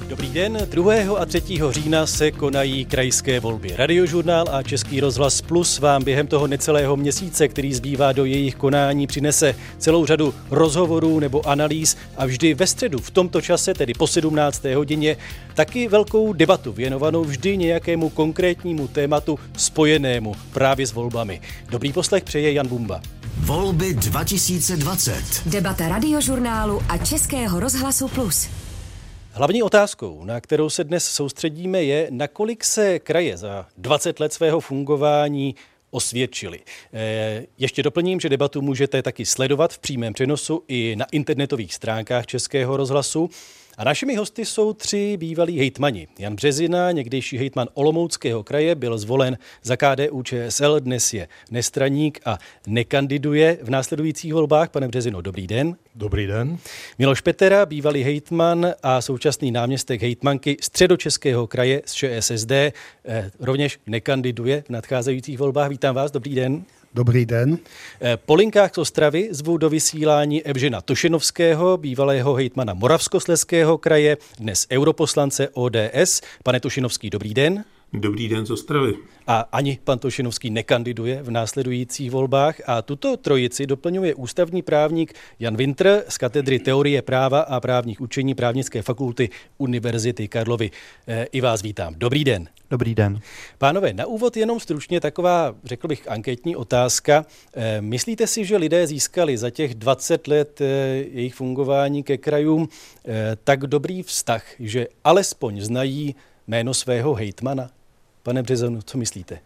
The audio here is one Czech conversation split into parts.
Dobrý den, 2. a 3. října se konají krajské volby. Radiožurnál a Český rozhlas Plus vám během toho necelého měsíce, který zbývá do jejich konání, přinese celou řadu rozhovorů nebo analýz a vždy ve středu v tomto čase, tedy po 17. hodině, taky velkou debatu věnovanou vždy nějakému konkrétnímu tématu spojenému právě s volbami. Dobrý poslech přeje Jan Bumba. Volby 2020. Debata Radiožurnálu a Českého rozhlasu Plus. Hlavní otázkou, na kterou se dnes soustředíme, je, nakolik se kraje za 20 let svého fungování osvědčily. Ještě doplním, že debatu můžete taky sledovat v přímém přenosu i na internetových stránkách Českého rozhlasu. A našimi hosty jsou 3 bývalí hejtmani. Jan Březina, někdejší hejtman Olomouckého kraje, byl zvolen za KDU-ČSL, dnes je nestraník a nekandiduje v následujících volbách. Pane Březino, dobrý den. Dobrý den. Miloš Petera, bývalý hejtman a současný náměstek hejtmanky Středočeského kraje z ČSSD, rovněž nekandiduje v nadcházejících volbách. Vítám vás, dobrý den. Dobrý den. Po linkách z Ostravy zvu do vysílání Evžena Tošenovského, bývalého hejtmana Moravskoslezského kraje, dnes europoslance ODS. Pane Tošenovský, dobrý den. Dobrý den z Ostravy. A ani pan Tošenovský nekandiduje v následujících volbách a tuto trojici doplňuje ústavní právník Jan Wintr z katedry teorie práva a právních učení Právnické fakulty Univerzity Karlovy. I vás vítám. Dobrý den. Dobrý den. Pánové, na úvod jenom stručně taková, řekl bych, anketní otázka. Myslíte si, že lidé získali za těch 20 let jejich fungování ke krajům tak dobrý vztah, že alespoň znají jméno svého hejtmana? Pane Březino, co myslíte?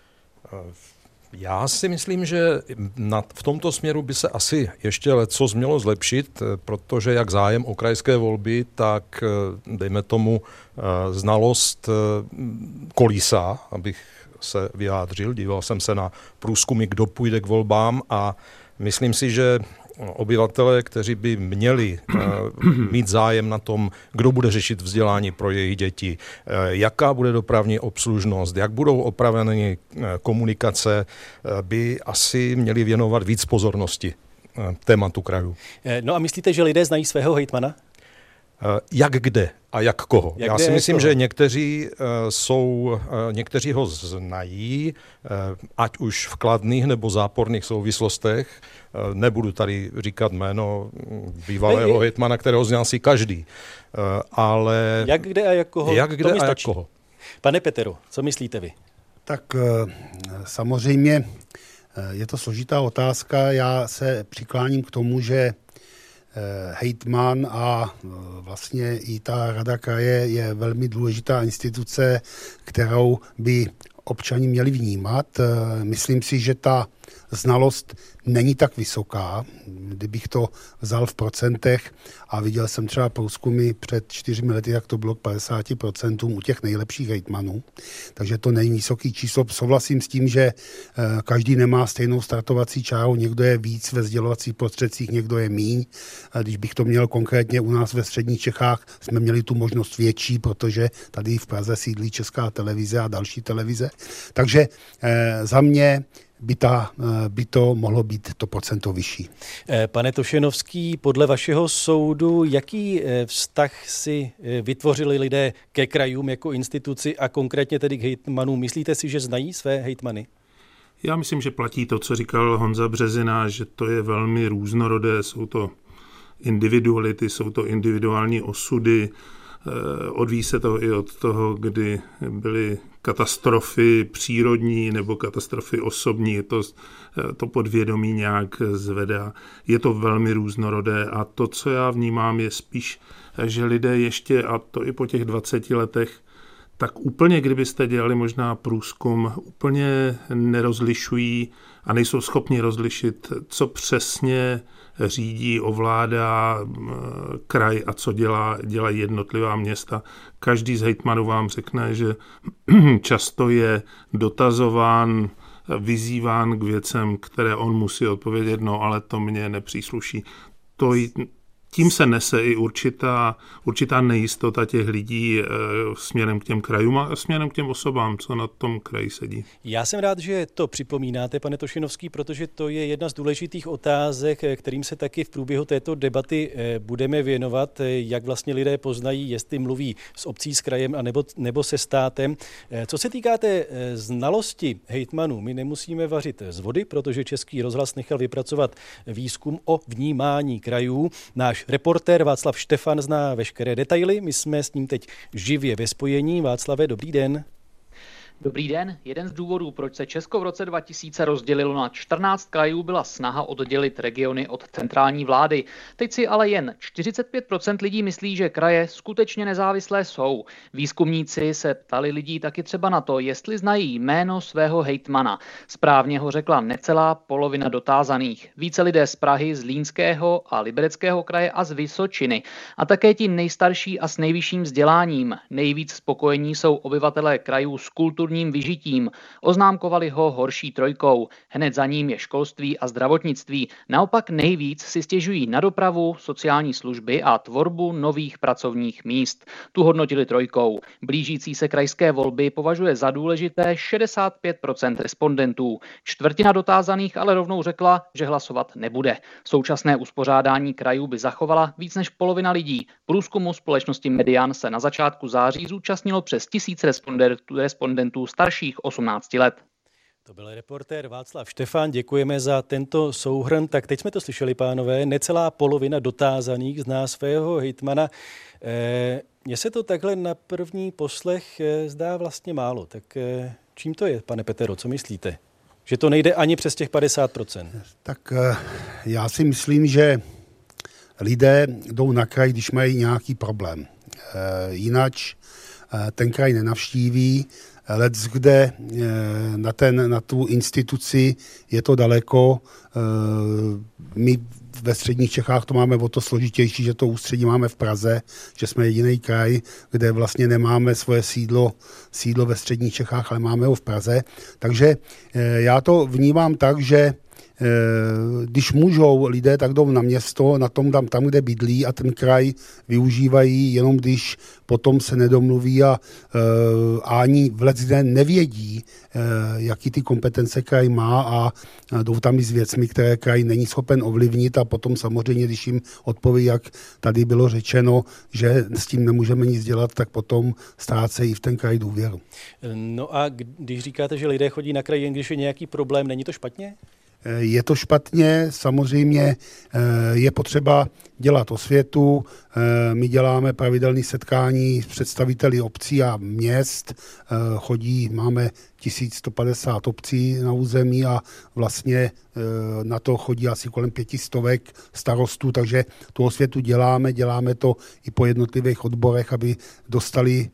Já si myslím, že v tomto směru by se asi ještě lecos mělo zlepšit, protože jak zájem o krajské volby, tak dejme tomu znalost kolísá, abych se vyjádřil. Díval jsem se na průzkumy, kdo půjde k volbám a myslím si, že obyvatelé, kteří by měli mít zájem na tom, kdo bude řešit vzdělání pro jejich děti, jaká bude dopravní obslužnost, jak budou opraveny komunikace, by asi měli věnovat víc pozornosti tématu krajů. No a myslíte, že lidé znají svého hejtmana? Jak kde a jak koho. Já si myslím, že někteří ho znají, ať už v kladných nebo záporných souvislostech. Nebudu tady říkat jméno bývalého hejtmana, kterého zná si každý. Ale jak kde a jak koho? Jak kde a jak koho. Pane Petero, co myslíte vy? Tak samozřejmě je to složitá otázka. Já se přikláním k tomu, že hejtman a vlastně i ta rada kraje je velmi důležitá instituce, kterou by občani měli vnímat. Myslím si, že ta znalost není tak vysoká, kdybych to vzal v procentech a viděl jsem třeba průzkumy před 4 lety, jak to bylo k 50% u těch nejlepších hejtmanů. Takže to není vysoký číslo. Souhlasím s tím, že každý nemá stejnou startovací čáru, někdo je víc ve sdělovacích prostředcích, někdo je míň. Když bych to měl konkrétně u nás ve středních Čechách, jsme měli tu možnost větší, protože tady v Praze sídlí Česká televize a další televize. Takže za mě by to mohlo být to procento vyšší. Pane Tošenovský, podle vašeho soudu, jaký vztah si vytvořili lidé ke krajům jako instituci a konkrétně tedy k hejtmanům? Myslíte si, že znají své hejtmany? Já myslím, že platí to, co říkal Honza Březina, že to je velmi různorodé, jsou to individuality, jsou to individuální osudy, odvíjí se to i od toho, kdy byly katastrofy přírodní nebo katastrofy osobní, to podvědomí nějak zvedá. Je to velmi různorodé a to, co já vnímám, je spíš, že lidé ještě, a to i po těch 20 letech, tak úplně, kdybyste dělali možná průzkum, úplně nerozlišují a nejsou schopni rozlišit, co přesně řídí, ovládá kraj a co dělají jednotlivá města. Každý z hejtmanů vám řekne, že často je dotazován, vyzýván k věcem, které on musí odpovědět, no ale to mně nepřísluší. tím se nese i určitá nejistota těch lidí směrem k těm krajům a směrem k těm osobám, co na tom kraji sedí. Já jsem rád, že to připomínáte, pane Tošenovský, protože to je jedna z důležitých otázek, kterým se taky v průběhu této debaty budeme věnovat, jak vlastně lidé poznají, jestli mluví s obcí, s krajem nebo se státem. Co se týká té znalosti hejtmanů, my nemusíme vařit z vody, protože Český rozhlas nechal vypracovat výzkum o vnímání krajů. Náš reportér Václav Štefan zná veškeré detaily, my jsme s ním teď živě ve spojení. Václave, dobrý den. Dobrý den. Jeden z důvodů, proč se Česko v roce 2000 rozdělilo na 14 krajů, byla snaha oddělit regiony od centrální vlády. Teď si ale jen 45% lidí myslí, že kraje skutečně nezávislé jsou. Výzkumníci se ptali lidí taky třeba na to, jestli znají jméno svého hejtmana. Správně ho řekla necelá polovina dotázaných. Více lidé z Prahy, z Zlínského a Libereckého kraje a z Vysočiny. A také ti nejstarší a s nejvyšším vzděláním. Nejvíc spokojení jsou obyvatelé krajů s kulturním vyžitím. Oznámkovali ho horší trojkou. Hned za ním je školství a zdravotnictví. Naopak nejvíc si stěžují na dopravu, sociální služby a tvorbu nových pracovních míst. Tu hodnotili trojkou. Blížící se krajské volby považuje za důležité 65% respondentů. Čtvrtina dotázaných ale rovnou řekla, že hlasovat nebude. Současné uspořádání krajů by zachovala víc než polovina lidí. Průzkumu společnosti Median se na začátku září zúčastnilo přes 1000 respondentů starších 18 let. To byl reportér Václav Štefan, děkujeme za tento souhrn. Tak teď jsme to slyšeli, pánové, necelá polovina dotázaných zná svého hejtmana. Mně se to takhle na první poslech zdá vlastně málo. Tak čím to je, pane Petero, co myslíte? Že to nejde ani přes těch 50%? Tak já si myslím, že lidé jdou na kraj, když mají nějaký problém. Jinak ten kraj nenavštíví, leckde na tu instituci je to daleko. My ve středních Čechách to máme o to složitější, že to ústředí máme v Praze, že jsme jediný kraj, kde vlastně nemáme svoje sídlo ve středních Čechách, ale máme ho v Praze. Takže já to vnímám tak, že když můžou lidé, tak jdou na město, tam, kde bydlí a ten kraj využívají, jenom když potom se nedomluví a ani vleckde nevědí, jaký ty kompetence kraj má a jdou tam i s věcmi, které kraj není schopen ovlivnit a potom samozřejmě, když jim odpoví, jak tady bylo řečeno, že s tím nemůžeme nic dělat, tak potom ztrácejí v ten kraj důvěru. No a když říkáte, že lidé chodí na kraj, jen když je nějaký problém, není to špatně? Je to špatně, samozřejmě je potřeba dělat osvětu. My děláme pravidelné setkání s představiteli obcí a měst. Máme 1150 obcí na území a vlastně na to chodí asi kolem 500 starostů, takže tu osvětu děláme to i po jednotlivých odborech, aby dostali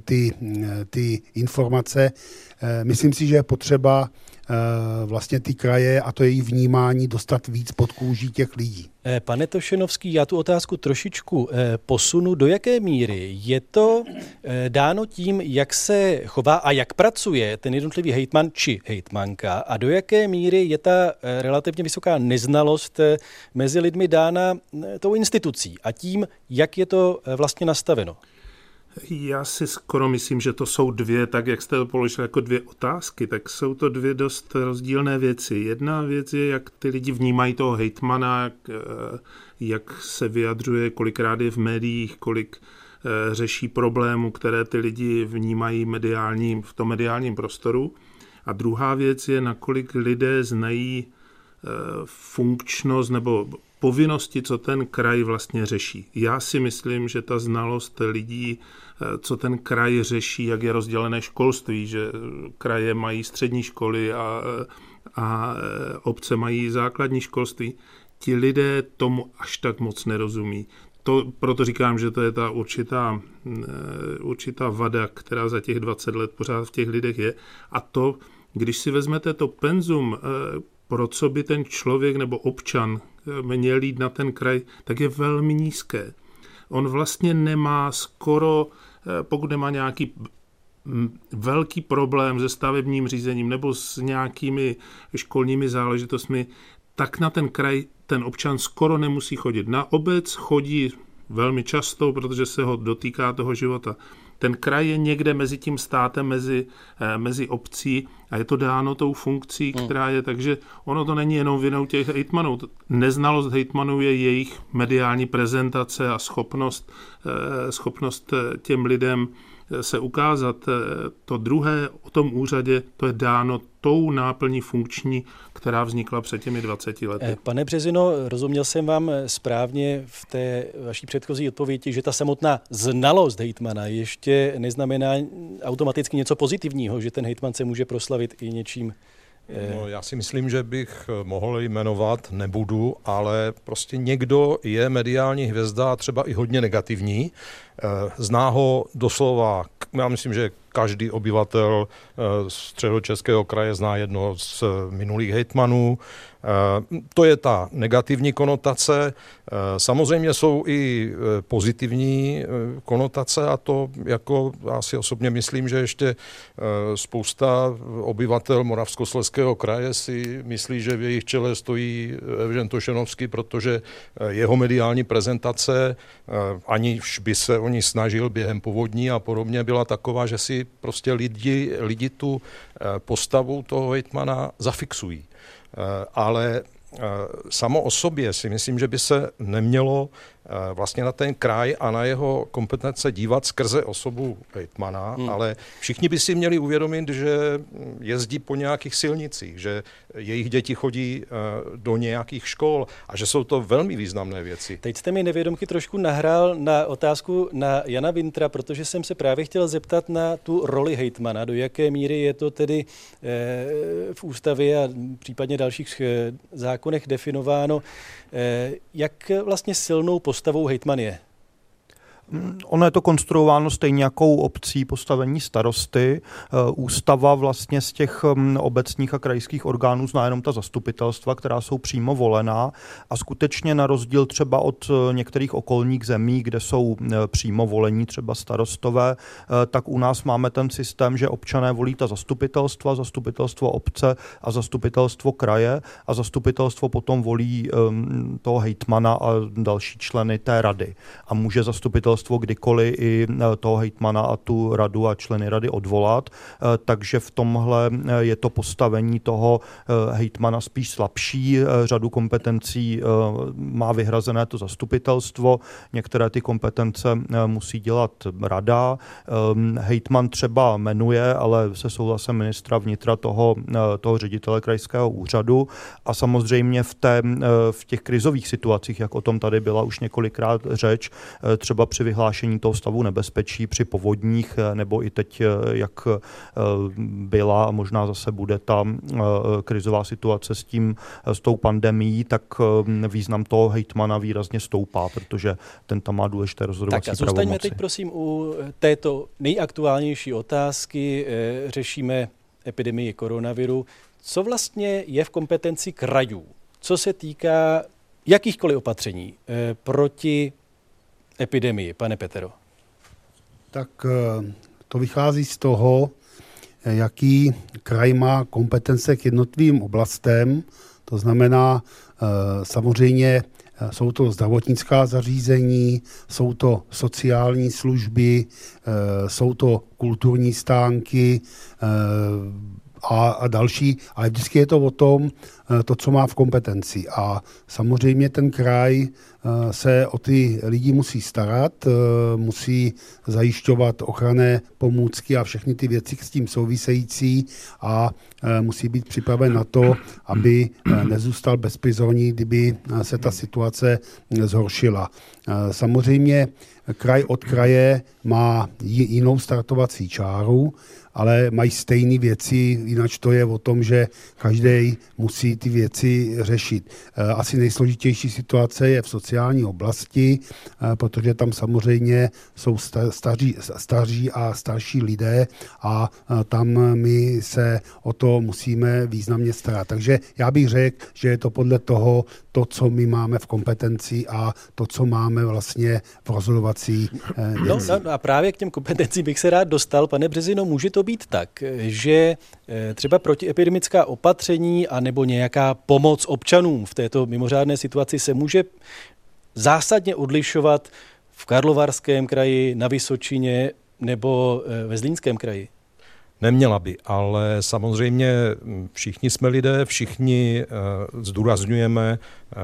ty informace. Myslím si, že je potřeba vlastně ty kraje a to její vnímání dostat víc pod kůží těch lidí. Pane Tošenovský, já tu otázku trošičku posunu. Do jaké míry je to dáno tím, jak se chová a jak pracuje ten jednotlivý hejtman či hejtmanka a do jaké míry je ta relativně vysoká neznalost mezi lidmi dána tou institucí a tím, jak je to vlastně nastaveno? Já si skoro myslím, že to jsou dvě, tak jak jste to položili jako dvě otázky, tak jsou to dvě dost rozdílné věci. Jedna věc je, jak ty lidi vnímají toho hejtmana, jak se vyjadřuje, kolikrát je v médiích, kolik řeší problémů, které ty lidi vnímají v tom mediálním prostoru. A druhá věc je, nakolik lidé znají funkčnost nebo povinnosti, co ten kraj vlastně řeší. Já si myslím, že ta znalost lidí, co ten kraj řeší, jak je rozdělené školství, že kraje mají střední školy a obce mají základní školství, ti lidé tomu až tak moc nerozumí. Proto říkám, že to je ta určitá vada, která za těch 20 let pořád v těch lidech je. A to, když si vezmete to penzum, pro co by ten člověk nebo občan měl jít na ten kraj, tak je velmi nízké. On vlastně nemá skoro, pokud nemá nějaký velký problém se stavebním řízením nebo s nějakými školními záležitostmi, tak na ten kraj ten občan skoro nemusí chodit. Na obec chodí velmi často, protože se ho dotýká toho života. Ten kraj je někde mezi tím státem, mezi obcí a je to dáno tou funkcí, která je, takže ono to není jenom vinou těch hejtmanů. Neznalost hejtmanů je jejich mediální prezentace a schopnost těm lidem se ukázat. To druhé o tom úřadě, to je dáno tou náplní funkční, která vznikla před těmi 20 lety. Pane Březino, rozuměl jsem vám správně v té vaší předchozí odpovědi, že ta samotná znalost hejtmana ještě neznamená automaticky něco pozitivního, že ten hejtman se může proslavit i něčím. No, já si myslím, že bych mohl jmenovat, nebudu, ale prostě někdo je mediální hvězda, třeba i hodně negativní. Zná ho doslova, já myslím, že každý obyvatel Středočeského kraje zná jednoho z minulých hejtmanů. To je ta negativní konotace. Samozřejmě jsou i pozitivní konotace a to jako já si osobně myslím, že ještě spousta obyvatel Moravskoslezského kraje si myslí, že v jejich čele stojí Evžen Tošenovský, protože jeho mediální prezentace, aniž by se o ní snažil během povodní a podobně, byla taková, že si prostě lidi tu postavu toho hejtmana zafixují. Ale samo o sobě si myslím, že by se nemělo vlastně na ten kraj a na jeho kompetence dívat skrze osobu hejtmana, ale všichni by si měli uvědomit, že jezdí po nějakých silnicích, že jejich děti chodí do nějakých škol a že jsou to velmi významné věci. Teď jste mi nevědomky trošku nahrál na otázku na Jana Wintra, protože jsem se právě chtěl zeptat na tu roli hejtmana, do jaké míry je to tedy v ústavě a případně dalších zákonech definováno, jak vlastně silnou postavou hejtman je. Ono je to konstruováno stejně jako u obcí postavení starosty. Ústava vlastně z těch obecních a krajských orgánů zná jenom ta zastupitelstva, která jsou přímo volená a skutečně na rozdíl třeba od některých okolních zemí, kde jsou přímo volení třeba starostové, tak u nás máme ten systém, že občané volí ta zastupitelstva, zastupitelstvo obce a zastupitelstvo kraje a zastupitelstvo potom volí toho hejtmana a další členy té rady. A může zastupitelstvo kdykoliv i toho hejtmana a tu radu a členy rady odvolat, takže v tomhle je to postavení toho hejtmana spíš slabší. Řadu kompetencí má vyhrazené to zastupitelstvo, některé ty kompetence musí dělat rada. Hejtman třeba jmenuje, ale se souhlasem ministra vnitra toho ředitele krajského úřadu a samozřejmě v těch krizových situacích, jak o tom tady byla už několikrát řeč, třeba při vyhlášení toho stavu nebezpečí při povodních, nebo i teď, jak byla a možná zase bude ta krizová situace s tou pandemií, tak význam toho hejtmana výrazně stoupá, protože ten tam má důležité rozhodovací pravomoci. Tak a zůstaňme teď prosím u této nejaktuálnější otázky. Řešíme epidemii koronaviru. Co vlastně je v kompetenci krajů? Co se týká jakýchkoliv opatření proti epidemii, pane Petero? Tak to vychází z toho, jaký kraj má kompetence k jednotlivým oblastem. To znamená, samozřejmě jsou to zdravotnická zařízení, jsou to sociální služby, jsou to kulturní stánky a další, ale vždycky je to o tom, to, co má v kompetenci. A samozřejmě ten kraj se o ty lidi musí starat, musí zajišťovat ochranné pomůcky a všechny ty věci s tím související a musí být připraven na to, aby nezůstal bezprizorní, kdyby se ta situace zhoršila. Samozřejmě kraj od kraje má jinou startovací čáru, ale mají stejné věci, jinak to je o tom, že každý musí ty věci řešit. Asi nejsložitější situace je v sociální oblasti, protože tam samozřejmě jsou staří a starší lidé a tam my se o to musíme významně starat. Takže já bych řekl, že je to podle toho, co my máme v kompetenci a to, co máme máme vlastně v rozhodovací věci. No a právě k těm kompetencím bych se rád dostal. Pane Březino, může to být tak, že třeba protiepidemická opatření anebo nějaká pomoc občanům v této mimořádné situaci se může zásadně odlišovat v Karlovarském kraji, na Vysočině nebo ve Zlínském kraji? Neměla by, ale samozřejmě všichni jsme lidé, všichni zdůrazňujeme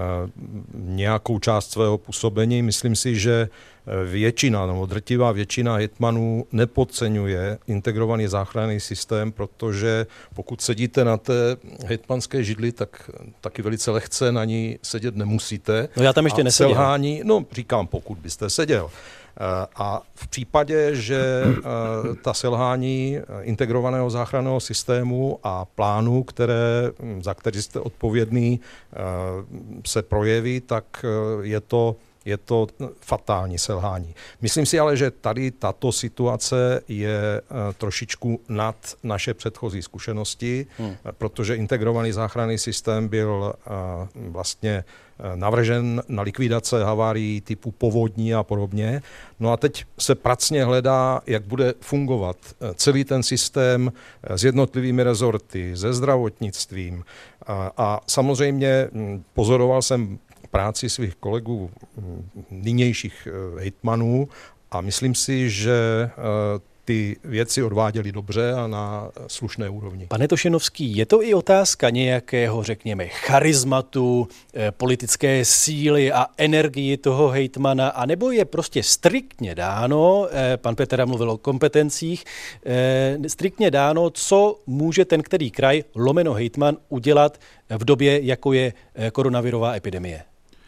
nějakou část svého působení. Myslím si, že většina, nebo drtivá většina hejtmanů nepodceňuje integrovaný záchranný systém, protože pokud sedíte na té hejtmanské židli, tak taky velice lehce na ní sedět nemusíte. No já tam ještě neseděl. Selhání, říkám, pokud byste seděl. A v případě, že ta selhání integrovaného záchranného systému a plánu, za který jste odpovědný, se projeví, tak je to fatální selhání. Myslím si ale, že tady tato situace je trošičku nad naše předchozí zkušenosti, protože integrovaný záchranný systém byl vlastně navržen na likvidace havárií typu povodní a podobně. No a teď se pracně hledá, jak bude fungovat celý ten systém s jednotlivými rezorty, se zdravotnictvím. A samozřejmě pozoroval jsem práci svých kolegů nynějších hejtmanů a myslím si, že ty věci odváděli dobře a na slušné úrovni. Pane Tošenovský, je to i otázka nějakého, řekněme, charizmatu, politické síly a energii toho hejtmana, anebo je prostě striktně dáno, pan Petera mluvil o kompetencích, striktně dáno, co může ten který kraj, lomeno hejtman, udělat v době, jako je koronavirová epidemie?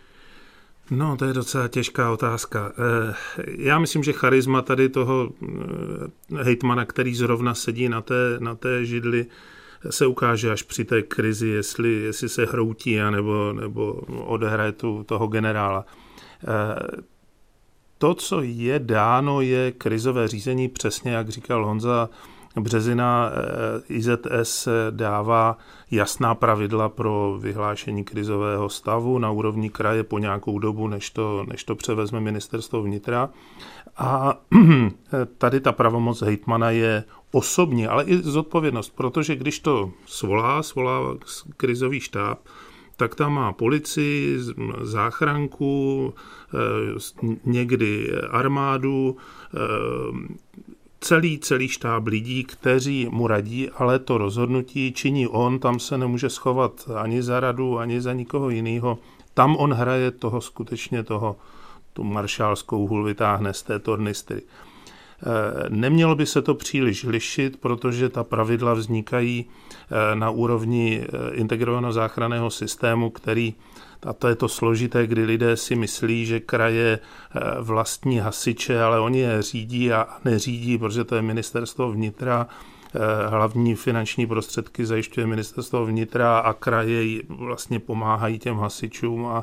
No, to je docela těžká otázka. Já myslím, že charisma tady toho hejtmana, který zrovna sedí na té židli, se ukáže až při té krizi, jestli se hroutí nebo odehraje toho generála. To, co je dáno, je krizové řízení, přesně jak říkal Honza Březina. IZS dává jasná pravidla pro vyhlášení krizového stavu na úrovni kraje po nějakou dobu, než to převezme ministerstvo vnitra. A tady ta pravomoc hejtmana je osobní, ale i zodpovědnost, protože když to svolá krizový štáb, tak tam má policii, záchranku, někdy armádu, celý štáb lidí, kteří mu radí, ale to rozhodnutí činí on, tam se nemůže schovat ani za radu, ani za nikoho jiného. Tam on hraje tu maršálskou hůl vytáhne z té tornistry. Nemělo by se to příliš lišit, protože ta pravidla vznikají na úrovni integrovaného záchranného systému, a to je to složité, kdy lidé si myslí, že kraje vlastní hasiče, ale oni je řídí a neřídí, protože to je ministerstvo vnitra. Hlavní finanční prostředky zajišťuje ministerstvo vnitra a kraje vlastně pomáhají těm hasičům a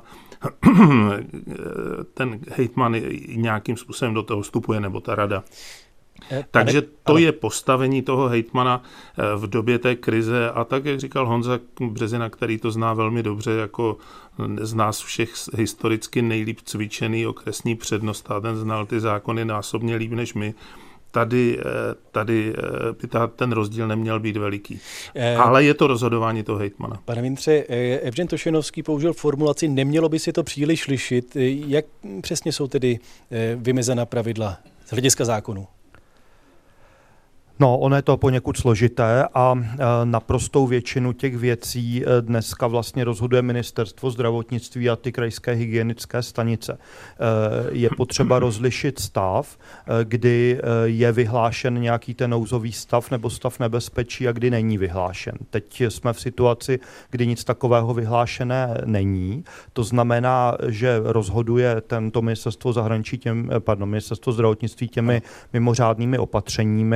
ten hejtman nějakým způsobem do toho vstupuje, nebo ta rada. Takže to je postavení toho hejtmana v době té krize a tak, jak říkal Honza Březina, který to zná velmi dobře, jako z nás všech historicky nejlíp cvičený okresní přednosta, a ten znal ty zákony násobně líp než my. Tady by ten rozdíl neměl být veliký. Ale je to rozhodování toho hejtmana. Pane ministře, Evžen Tošenovský použil formulaci nemělo by si to příliš lišit. Jak přesně jsou tedy vymezena pravidla z hlediska zákonu? No, ono je to poněkud složité a naprostou většinu těch věcí dneska vlastně rozhoduje ministerstvo zdravotnictví a ty krajské hygienické stanice. Je potřeba rozlišit stav, kdy je vyhlášen nějaký ten nouzový stav nebo stav nebezpečí a kdy není vyhlášen. Teď jsme v situaci, kdy nic takového vyhlášené není. To znamená, že rozhoduje tento ministerstvo zdravotnictví těmi mimořádnými opatřeními.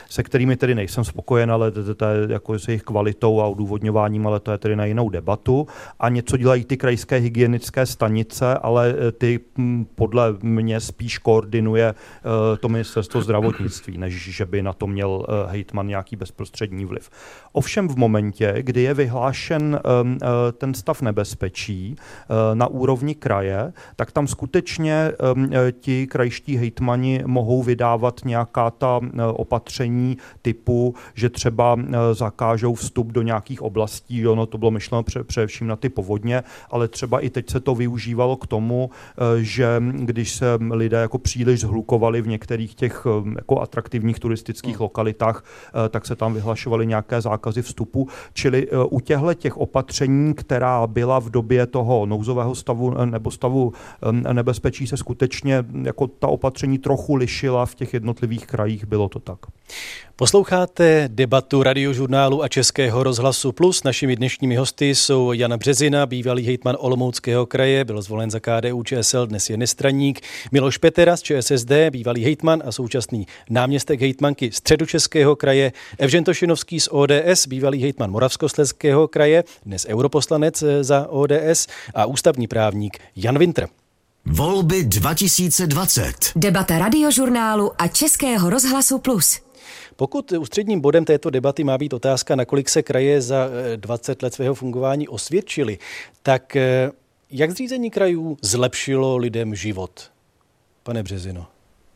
se kterými tedy nejsem spokojen, ale to je jako s jejich kvalitou a odůvodňováním, ale to je tedy na jinou debatu. A něco dělají ty krajské hygienické stanice, ale ty podle mě spíš koordinuje to ministerstvo zdravotnictví, než že by na to měl hejtman nějaký bezprostřední vliv. Ovšem v momentě, kdy je vyhlášen ten stav nebezpečí na úrovni kraje, tak tam skutečně ti krajští hejtmani mohou vydávat nějaká ta opatření typu, že třeba zakážou vstup do nějakých oblastí, ono to bylo myšleno především na ty povodně, ale třeba i teď se to využívalo k tomu, že když se lidé jako příliš zhlukovali v některých těch jako atraktivních turistických lokalitách, tak se tam vyhlašovaly nějaké zákazy vstupu, čili u těch opatření, která byla v době toho nouzového stavu nebo stavu nebezpečí, se skutečně jako ta opatření trochu lišila v těch jednotlivých krajích, bylo to tak. Posloucháte debatu Radiožurnálu a Českého rozhlasu Plus. Našimi dnešními hosty jsou Jan Březina, bývalý hejtman Olomouckého kraje, byl zvolen za KDU-ČSL, dnes je nestraník. Miloš Petera z ČSSD, bývalý hejtman a současný náměstek hejtmanky Středočeského kraje. Evžen Tošenovský z ODS, bývalý hejtman Moravskoslezského kraje, dnes europoslanec za ODS a ústavní právník Jan Wintr. Volby 2020. Debata Radiožurnálu a Českého rozhlasu Plus. Pokud ústředním bodem této debaty má být otázka, nakolik se kraje za 20 let svého fungování osvědčily, tak jak zřízení krajů zlepšilo lidem život? Pane Březino.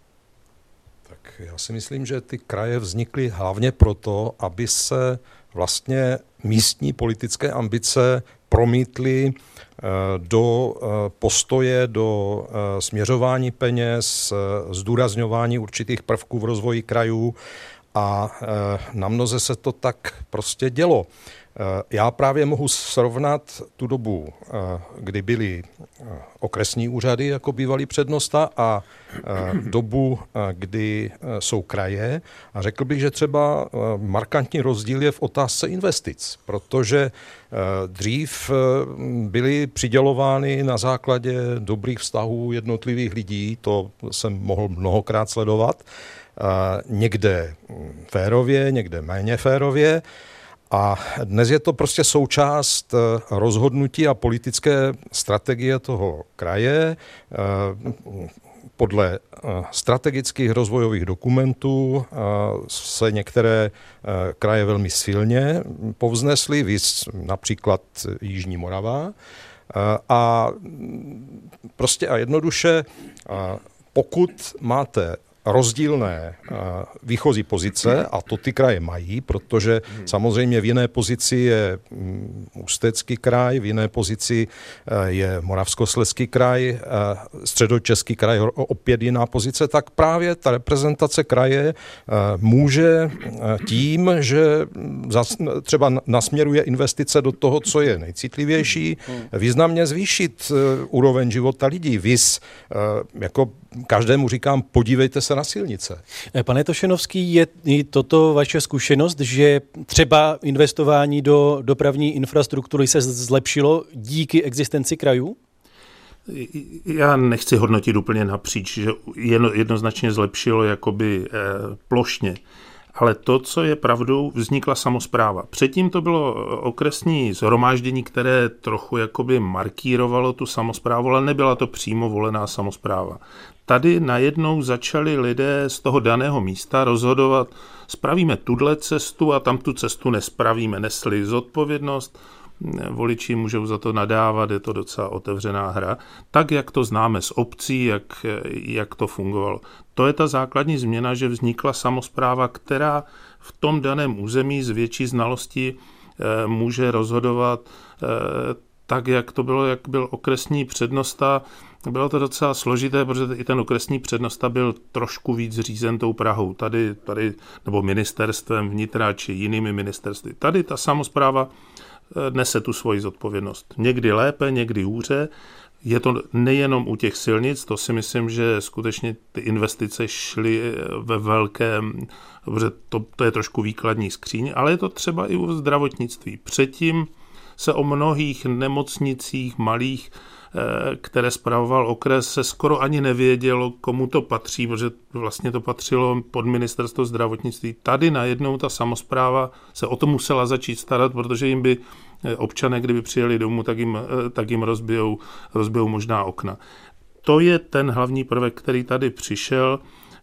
Tak já si myslím, že ty kraje vznikly hlavně proto, aby se vlastně místní politické ambice promítly do postoje, do směřování peněz, zdůrazňování určitých prvků v rozvoji krajů a na mnoze se to tak prostě dělo. Já právě mohu srovnat tu dobu, kdy byly okresní úřady jako bývalý přednosta a dobu, kdy jsou kraje. A řekl bych, že třeba markantní rozdíl je v otázce investic, protože dřív byly přidělovány na základě dobrých vztahů jednotlivých lidí, to jsem mohl mnohokrát sledovat, někde férově, někde méně férově. A dnes je to prostě součást rozhodnutí a politické strategie toho kraje. Podle strategických rozvojových dokumentů se některé kraje velmi silně povznesly, viz například Jižní Morava. A prostě a jednoduše, pokud máte rozdílné výchozí pozice, a to ty kraje mají, protože samozřejmě v jiné pozici je Ústecký kraj, v jiné pozici je Moravskoslezský kraj, Středočeský kraj opět jiná pozice, tak právě ta reprezentace kraje může tím, že třeba nasměruje investice do toho, co je nejcitlivější, významně zvýšit úroveň života lidí. Viz, jako každému říkám, podívejte se na silnice. Pane Tošenovský, je i toto vaše zkušenost, že třeba investování do dopravní infrastruktury se zlepšilo díky existenci krajů? Já nechci hodnotit úplně napříč, že jednoznačně zlepšilo jakoby plošně. Ale to, co je pravdou, vznikla samospráva. Předtím to bylo okresní shromáždění, které trochu jakoby markírovalo tu samosprávu, ale nebyla to přímo volená samospráva. Tady najednou začali lidé z toho daného místa rozhodovat, spravíme tuhle cestu a tam tu cestu nespravíme, nesli zodpovědnost, voliči můžou za to nadávat, je to docela otevřená hra, tak jak to známe z obcí, jak to fungovalo. To je ta základní změna, že vznikla samospráva, která v tom daném území z větší znalosti může rozhodovat tak, jak to bylo, jak byl okresní přednosta. Bylo to docela složité, protože i ten okresní přednosta byl trošku víc řízen tou Prahou. Tady nebo ministerstvem vnitra či jinými ministerstvy. Tady ta samospráva nese tu svoji zodpovědnost. Někdy lépe, někdy hůře. Je to nejenom u těch silnic, to si myslím, že skutečně ty investice šly ve velkém, protože to je trošku výkladní skříň, ale je to třeba i u zdravotnictví. Předtím se o mnohých nemocnicích malých které spravoval okres, se skoro ani nevědělo, komu to patří, protože vlastně to patřilo pod ministerstvo zdravotnictví. Tady najednou ta samospráva se o to musela začít starat, protože jim by občané, kdyby přijeli domů, tak jim rozbijou možná okna. To je ten hlavní prvek, který tady přišel,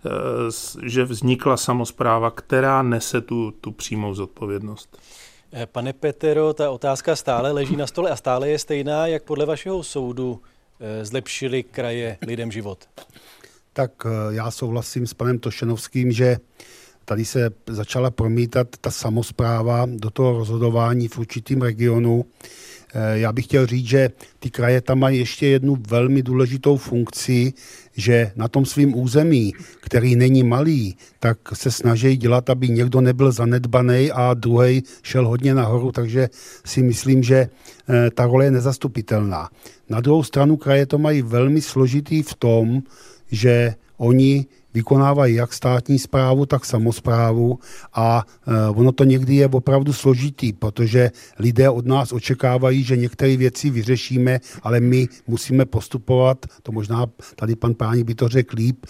že vznikla samospráva, která nese tu přímou zodpovědnost. Pane Petero, ta otázka stále leží na stole a stále je stejná, jak podle vašeho soudu zlepšili kraje lidem život? Tak já souhlasím s panem Tošenovským, že tady se začala promítat ta samospráva do toho rozhodování v určitém regionu. Já bych chtěl říct, že ty kraje tam mají ještě jednu velmi důležitou funkci, že na tom svým území, který není malý, tak se snaží dělat, aby někdo nebyl zanedbaný a druhej šel hodně nahoru, takže si myslím, že ta role je nezastupitelná. Na druhou stranu kraje to mají velmi složitý v tom, že oni vykonávají jak státní správu, tak samosprávu a ono to někdy je opravdu složitý, protože lidé od nás očekávají, že některé věci vyřešíme, ale my musíme postupovat, to možná tady pan Páník by to řekl líp,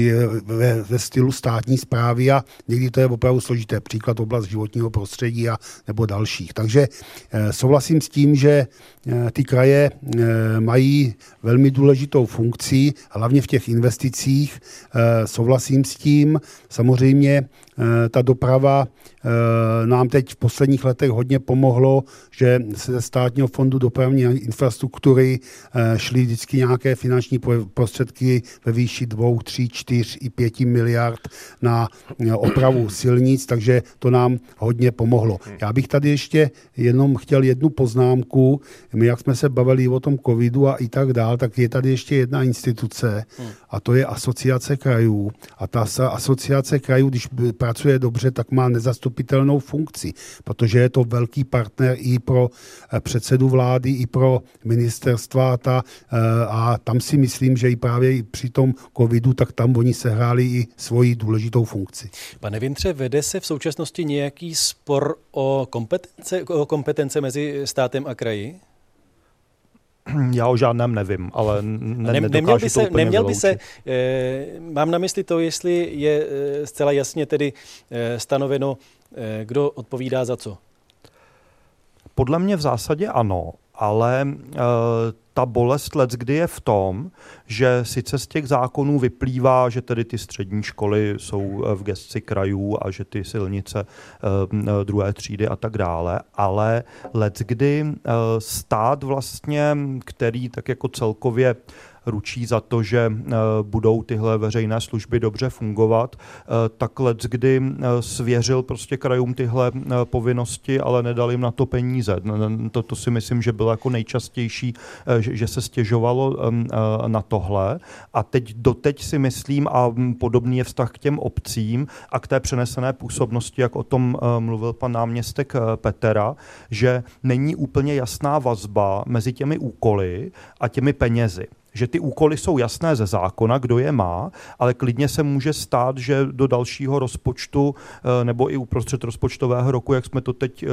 ve stylu státní správy a někdy to je opravdu složité. Příklad oblast životního prostředí a nebo dalších. Takže souhlasím s tím, že ty kraje mají velmi důležitou funkci, hlavně v těch investicích. Souhlasím s tím. Samozřejmě ta doprava nám teď v posledních letech hodně pomohlo, že se ze státního fondu dopravní infrastruktury šly vždycky nějaké finanční prostředky ve výši 2, 3, 4 i 5 miliard na opravu silnic, takže to nám hodně pomohlo. Já bych tady ještě jenom chtěl jednu poznámku. My, jak jsme se bavili o tom covidu a i tak dál, tak je tady ještě jedna instituce a to je Asociace krajů. A ta Asociace krajů, když pracuje dobře, tak má nezastupitelnou funkci, protože je to velký partner i pro předsedu vlády, i pro ministerstva a tam si myslím, že i právě při tom covidu, tak tam oni sehráli i svoji důležitou funkci. Pane Vintře, vede se v současnosti nějaký spor o kompetence mezi státem a kraji? Já o žádném nevím, ale nedokážu to úplně vyloučit. Mám na mysli to, jestli je zcela jasně tedy stanoveno, kdo odpovídá za co. Podle mě v zásadě ano, ale ta bolest leckdy je v tom, že sice z těch zákonů vyplývá, že tedy ty střední školy jsou v gesci krajů a že ty silnice druhé třídy a tak dále, ale leckdy stát vlastně, který tak jako celkově ručí za to, že budou tyhle veřejné služby dobře fungovat, tak leckdy svěřil prostě krajům tyhle povinnosti, ale nedal jim na to peníze. To si myslím, že bylo jako nejčastější, že se stěžovalo na tohle. A doteď si myslím, a podobný je vztah k těm obcím a k té přenesené působnosti, jak o tom mluvil pan náměstek Petera, že není úplně jasná vazba mezi těmi úkoly a těmi penězi. Že ty úkoly jsou jasné ze zákona, kdo je má, ale klidně se může stát, že do dalšího rozpočtu nebo i uprostřed rozpočtového roku, jak jsme to teď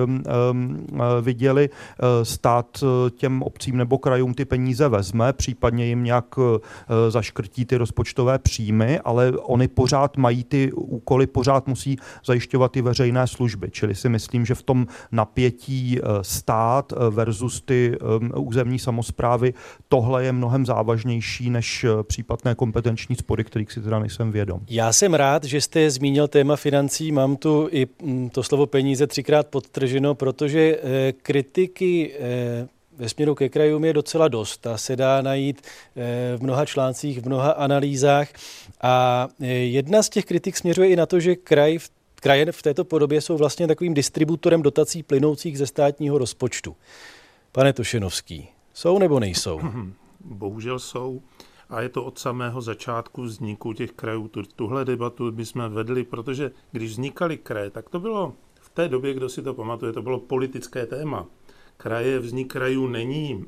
viděli, stát těm obcím nebo krajům ty peníze vezme, případně jim nějak zaškrtí ty rozpočtové příjmy, ale oni pořád mají ty úkoly, pořád musí zajišťovat ty veřejné služby. Čili si myslím, že v tom napětí stát versus ty územní samosprávy tohle je mnohem závažnější než případné kompetenční spory, kterých si teda nejsem vědom. Já jsem rád, že jste zmínil téma financí. Mám tu i to slovo peníze 3krát podtrženo, protože kritiky ve směru ke krajům je docela dost. Ta se dá najít v mnoha článcích, v mnoha analýzách. A jedna z těch kritik směřuje i na to, že kraje v této podobě jsou vlastně takovým distributorem dotací plynoucích ze státního rozpočtu. Pane Tošenovský, jsou nebo nejsou? Bohužel jsou a je to od samého začátku vzniku těch krajů. Tuhle debatu bychom vedli, protože když vznikaly kraje, tak to bylo v té době, kdo si to pamatuje, to bylo politické téma. Vznik krajů není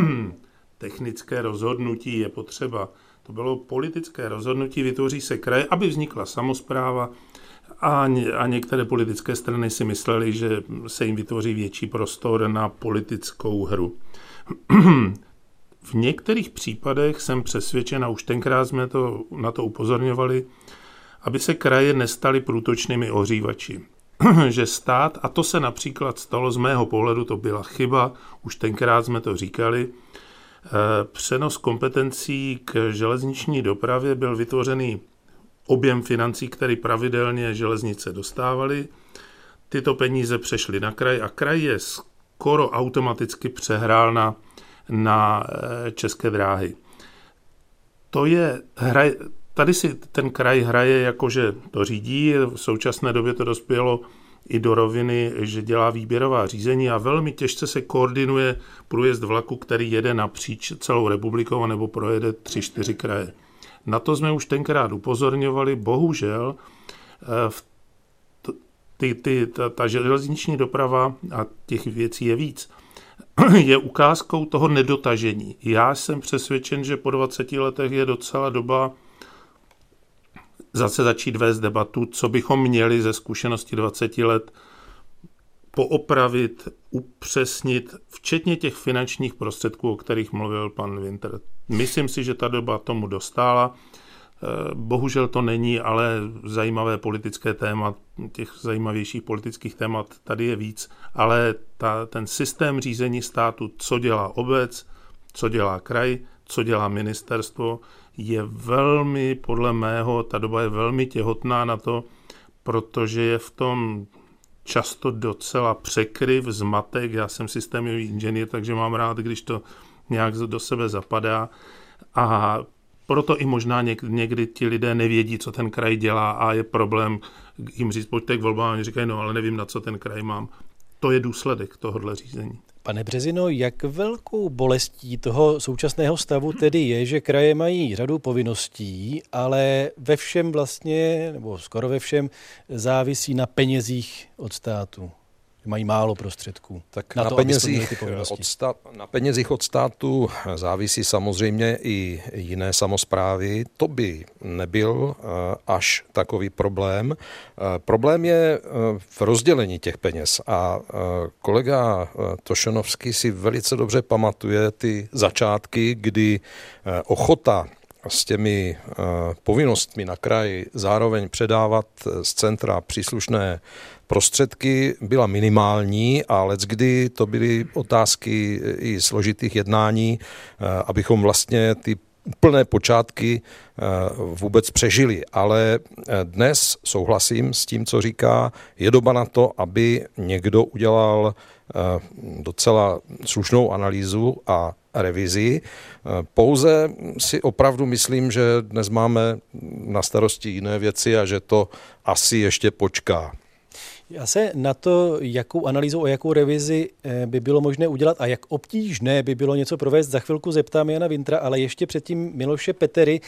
technické rozhodnutí, je potřeba. To bylo politické rozhodnutí, vytvoří se kraje, aby vznikla samospráva a některé politické strany si myslely, že se jim vytvoří větší prostor na politickou hru. V některých případech jsem přesvědčen, a už tenkrát jsme na to upozorňovali, aby se kraje nestaly průtočnými ohřívači. Že stát, a to se například stalo z mého pohledu, to byla chyba, už tenkrát jsme to říkali, přenos kompetencí k železniční dopravě byl vytvořený objem financí, který pravidelně železnice dostávaly. Tyto peníze přešly na kraj a kraj je skoro automaticky přehrál na České dráhy. Tady si ten kraj hraje jakože to řídí, v současné době to dospělo i do roviny, že dělá výběrová řízení a velmi těžce se koordinuje průjezd vlaku, který jede napříč celou republikou nebo projede 3-4 kraje. Na to jsme už tenkrát upozorňovali, bohužel ta železniční doprava, a těch věcí je víc, je ukázkou toho nedotažení. Já jsem přesvědčen, že po 20 letech je docela doba zase začít vést debatu, co bychom měli ze zkušenosti 20 let poopravit, upřesnit, včetně těch finančních prostředků, o kterých mluvil pan Winter. Myslím si, že ta doba tomu dostála. Bohužel to není, ale zajímavé politické téma, těch zajímavějších politických témat tady je víc, ale ten systém řízení státu, co dělá obec, co dělá kraj, co dělá ministerstvo, je velmi, podle mého, ta doba je velmi těhotná na to, protože je v tom často docela překryv, zmatek. Já jsem systémový inženýr, takže mám rád, když to nějak do sebe zapadá. A proto i možná někdy ti lidé nevědí, co ten kraj dělá a je problém jim říct, pojďte k volbám, oni říkají, no ale nevím, na co ten kraj mám. To je důsledek tohohle řízení. Pane Březino, jak velkou bolestí toho současného stavu tedy je, že kraje mají řadu povinností, ale ve všem vlastně, nebo skoro ve všem, závisí na penězích od státu? Mají málo prostředků. Tak na penězích od státu závisí samozřejmě i jiné samosprávy. To by nebyl až takový problém. Problém je v rozdělení těch peněz a kolega Tošenovský si velice dobře pamatuje ty začátky, kdy ochota s těmi povinnostmi na kraji zároveň předávat z centra příslušné prostředky byla minimální a leckdy to byly otázky i složitých jednání, abychom vlastně ty úplné počátky vůbec přežili. Ale dnes souhlasím s tím, co říká, je doba na to, aby někdo udělal docela slušnou analýzu a revizi. Pouze si opravdu myslím, že dnes máme na starosti jiné věci a že to asi ještě počká. Já se na to, jakou analýzu a jakou revizi by bylo možné udělat a jak obtížné by bylo něco provést, za chvilku zeptám Jana Wintra, ale ještě předtím Miloše Petery.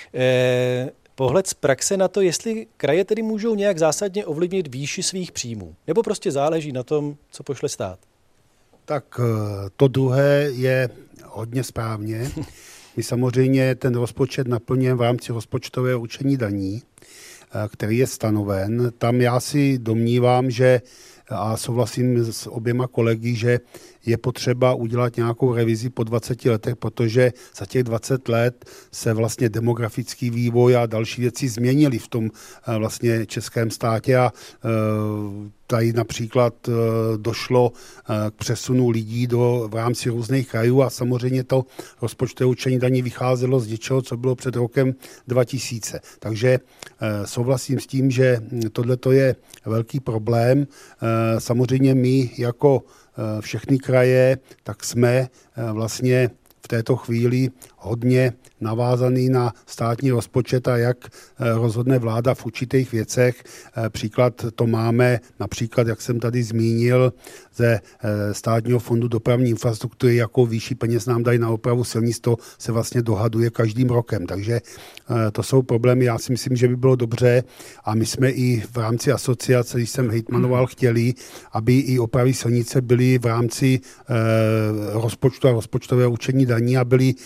Pohled z praxe na to, jestli kraje tedy můžou nějak zásadně ovlivnit výši svých příjmů, nebo prostě záleží na tom, co pošle stát? Tak to druhé je hodně správně. My samozřejmě ten rozpočet naplňujeme v rámci rozpočtového určení daní, který je stanoven. Tam já si domnívám, že a souhlasím s oběma kolegy, že je potřeba udělat nějakou revizi po 20 letech, protože za těch 20 let se vlastně demografický vývoj a další věci změnily v tom vlastně českém státě a tady například došlo k přesunu lidí v rámci různých krajů a samozřejmě to rozpočtové určení daní vycházelo z něčeho, co bylo před rokem 2000. Takže souhlasím s tím, že tohleto je velký problém. Samozřejmě my jako všechny kraje, tak jsme vlastně v této chvíli hodně navázaný na státní rozpočet a jak rozhodne vláda v určitých věcech. Příklad to máme například, jak jsem tady zmínil, ze státního fondu dopravní infrastruktury, jakou výši peněz nám dají na opravu silnic, to se vlastně dohaduje každým rokem. Takže to jsou problémy. Já si myslím, že by bylo dobře a my jsme i v rámci asociace, když jsem hejtmanoval, chtěli, aby i opravy silnice byly v rámci rozpočtu a rozpočtového určení daní a byly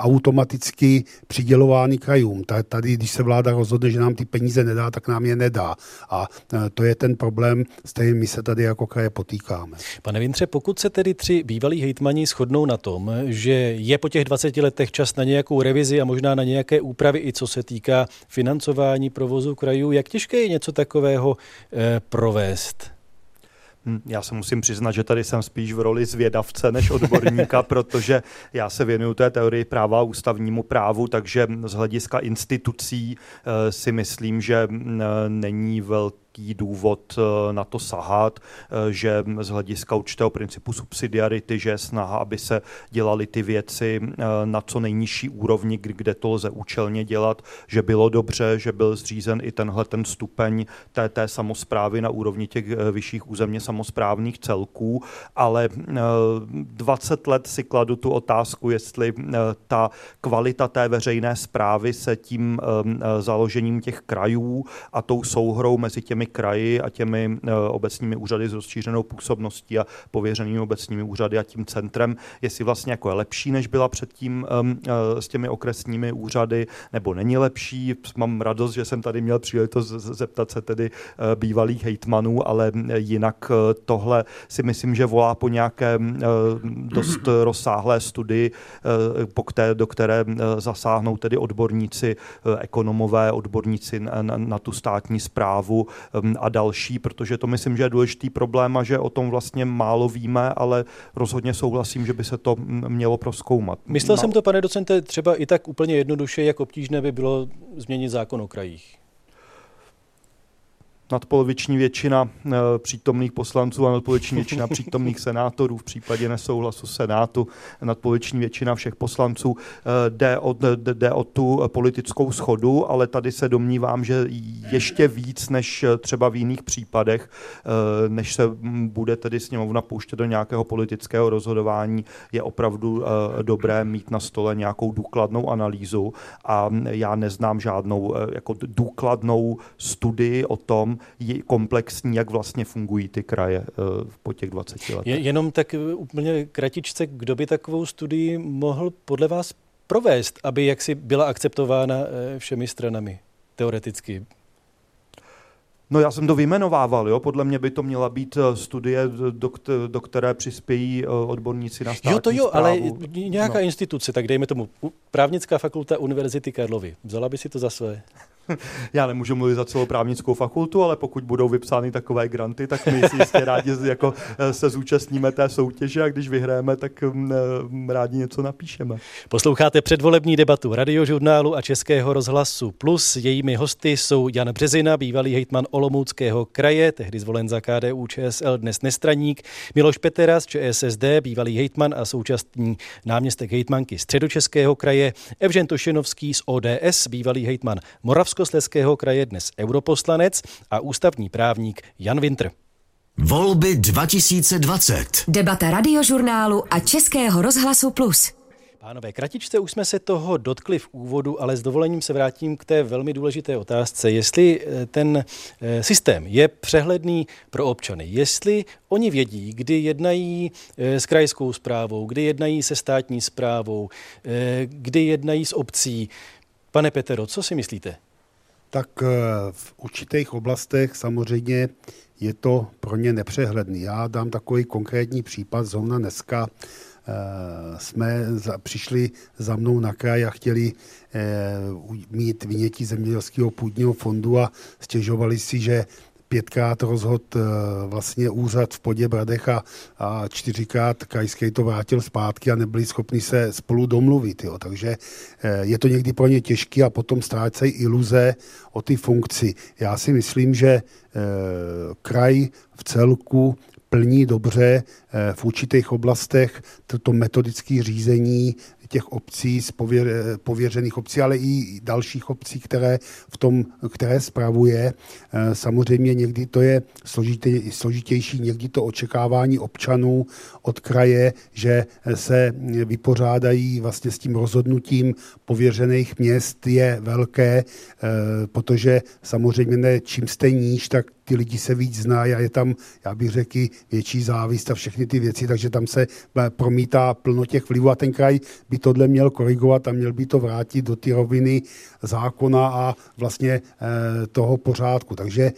automaticky přidělovány krajům. Tady, když se vláda rozhodne, že nám ty peníze nedá, tak nám je nedá. A to je ten problém, s kterým my se tady jako kraje potýkáme. Pane Vintře, pokud se tedy 3 bývalí hejtmani shodnou na tom, že je po těch 20 letech čas na nějakou revizi a možná na nějaké úpravy, i co se týká financování provozu krajů, jak těžké je něco takového provést? Já se musím přiznat, že tady jsem spíš v roli zvědavce než odborníka, protože já se věnuju té teorii práva a ústavnímu právu, takže z hlediska institucí si myslím, že není velký důvod na to sahat, že z hlediska určitého principu subsidiarity, že je snaha, aby se dělaly ty věci na co nejnižší úrovni, kde to lze účelně dělat, že bylo dobře, že byl zřízen i ten stupeň té samosprávy na úrovni těch vyšších územně samosprávných celků, ale 20 let si kladu tu otázku, jestli ta kvalita té veřejné správy se tím založením těch krajů a tou souhrou mezi těmi kraji a těmi obecními úřady s rozšířenou působností a pověřenými obecními úřady a tím centrem, jestli vlastně jako je lepší, než byla předtím s těmi okresními úřady, nebo není lepší. Mám radost, že jsem tady měl příležitost zeptat se tedy bývalých hejtmanů, ale jinak tohle si myslím, že volá po nějaké dost rozsáhlé studii, do které zasáhnou tedy odborníci, ekonomové, odborníci na tu státní správu a další, protože to myslím, že je důležitý problém a že o tom vlastně málo víme, ale rozhodně souhlasím, že by se to mělo prozkoumat. Myslel jsem to, pane docente, třeba i tak úplně jednoduše, jak obtížné by bylo změnit zákon o krajích. Nadpoloviční většina přítomných poslanců a nadpoloviční většina přítomných senátorů v případě nesouhlasu Senátu, nadpoloviční většina všech poslanců jde o tu politickou shodu, ale tady se domnívám, že ještě víc než třeba v jiných případech, než se bude tedy sněmovna pouštět do nějakého politického rozhodování, je opravdu dobré mít na stole nějakou důkladnou analýzu a já neznám žádnou jako důkladnou studii o tom, je komplexní, jak vlastně fungují ty kraje po těch 20 letech. Jenom tak úplně kratičce, kdo by takovou studii mohl podle vás provést, aby jaksi byla akceptována všemi stranami, teoreticky? No já jsem to vyjmenovával, jo? Podle mě by to měla být studie, do které přispějí odborníci na státní správu. Ale nějaká instituce, tak dejme tomu Právnická fakulta Univerzity Karlovy. Vzala by si to za své? Já nemůžu mluvit za celou právnickou fakultu, ale pokud budou vypsány takové granty, tak my si jistě rádi jako se zúčastníme té soutěže a když vyhráme, tak rádi něco napíšeme. Posloucháte předvolební debatu Radiožurnálu a Českého rozhlasu Plus. Jejími hosty jsou Jan Březina, bývalý hejtman Olomouckého kraje, tehdy zvolen za KDU-ČSL, dnes nestraník, Miloš Petera z ČSSD, bývalý hejtman a současný náměstek hejtmanky Středočeského kraje, Evžen Tošenovský z ODS, bývalý hejtman Moravskoslezského kraje, dnes europoslanec a ústavní právník Jan Wintr. Volby 2020. Debata Radiožurnálu a Českého rozhlasu Plus. Pánové, kratičce už jsme se toho dotkli v úvodu, ale s dovolením se vrátím k té velmi důležité otázce, jestli ten systém je přehledný pro občany, jestli oni vědí, kdy jednají s krajskou správou, kdy jednají se státní správou, kdy jednají s obcí. Pane Petero, co si myslíte? Tak v určitých oblastech samozřejmě je to pro ně nepřehledný. Já dám takový konkrétní případ. Zrovna dneska přišli za mnou na kraj a chtěli mít vynětí zemědělského půdního fondu a stěžovali si, že 5krát rozhodl vlastně úřad v Poděbradech a 4krát krajský to vrátil zpátky a nebyli schopni se spolu domluvit. Jo. Takže je to někdy pro ně těžké a potom ztrácejí iluze o ty funkci. Já si myslím, že kraj v celku plní dobře v určitých oblastech toto metodické řízení těch obcí, pověřených obcí, ale i dalších obcí, které spravuje. Samozřejmě někdy to je složitější, někdy to očekávání občanů od kraje, že se vypořádají vlastně s tím rozhodnutím pověřených měst je velké, protože samozřejmě čím jste níž, tak ty lidi se víc znají a je tam, já bych řekl, větší závist a všechny ty věci, takže tam se promítá plno těch vlivů a ten kraj by tohle měl korigovat a měl by to vrátit do ty roviny zákona a vlastně toho pořádku. Takže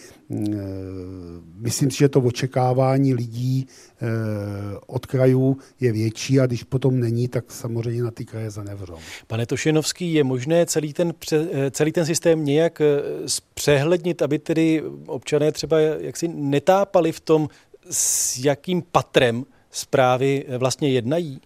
myslím si, že to očekávání lidí od krajů je větší a když potom není, tak samozřejmě na ty kraje zanevřou. Pane Tošenovský, je možné celý ten systém nějak zpřehlednit, aby tedy občané třeba jaksi netápali v tom, s jakým patrem správy vlastně jednají?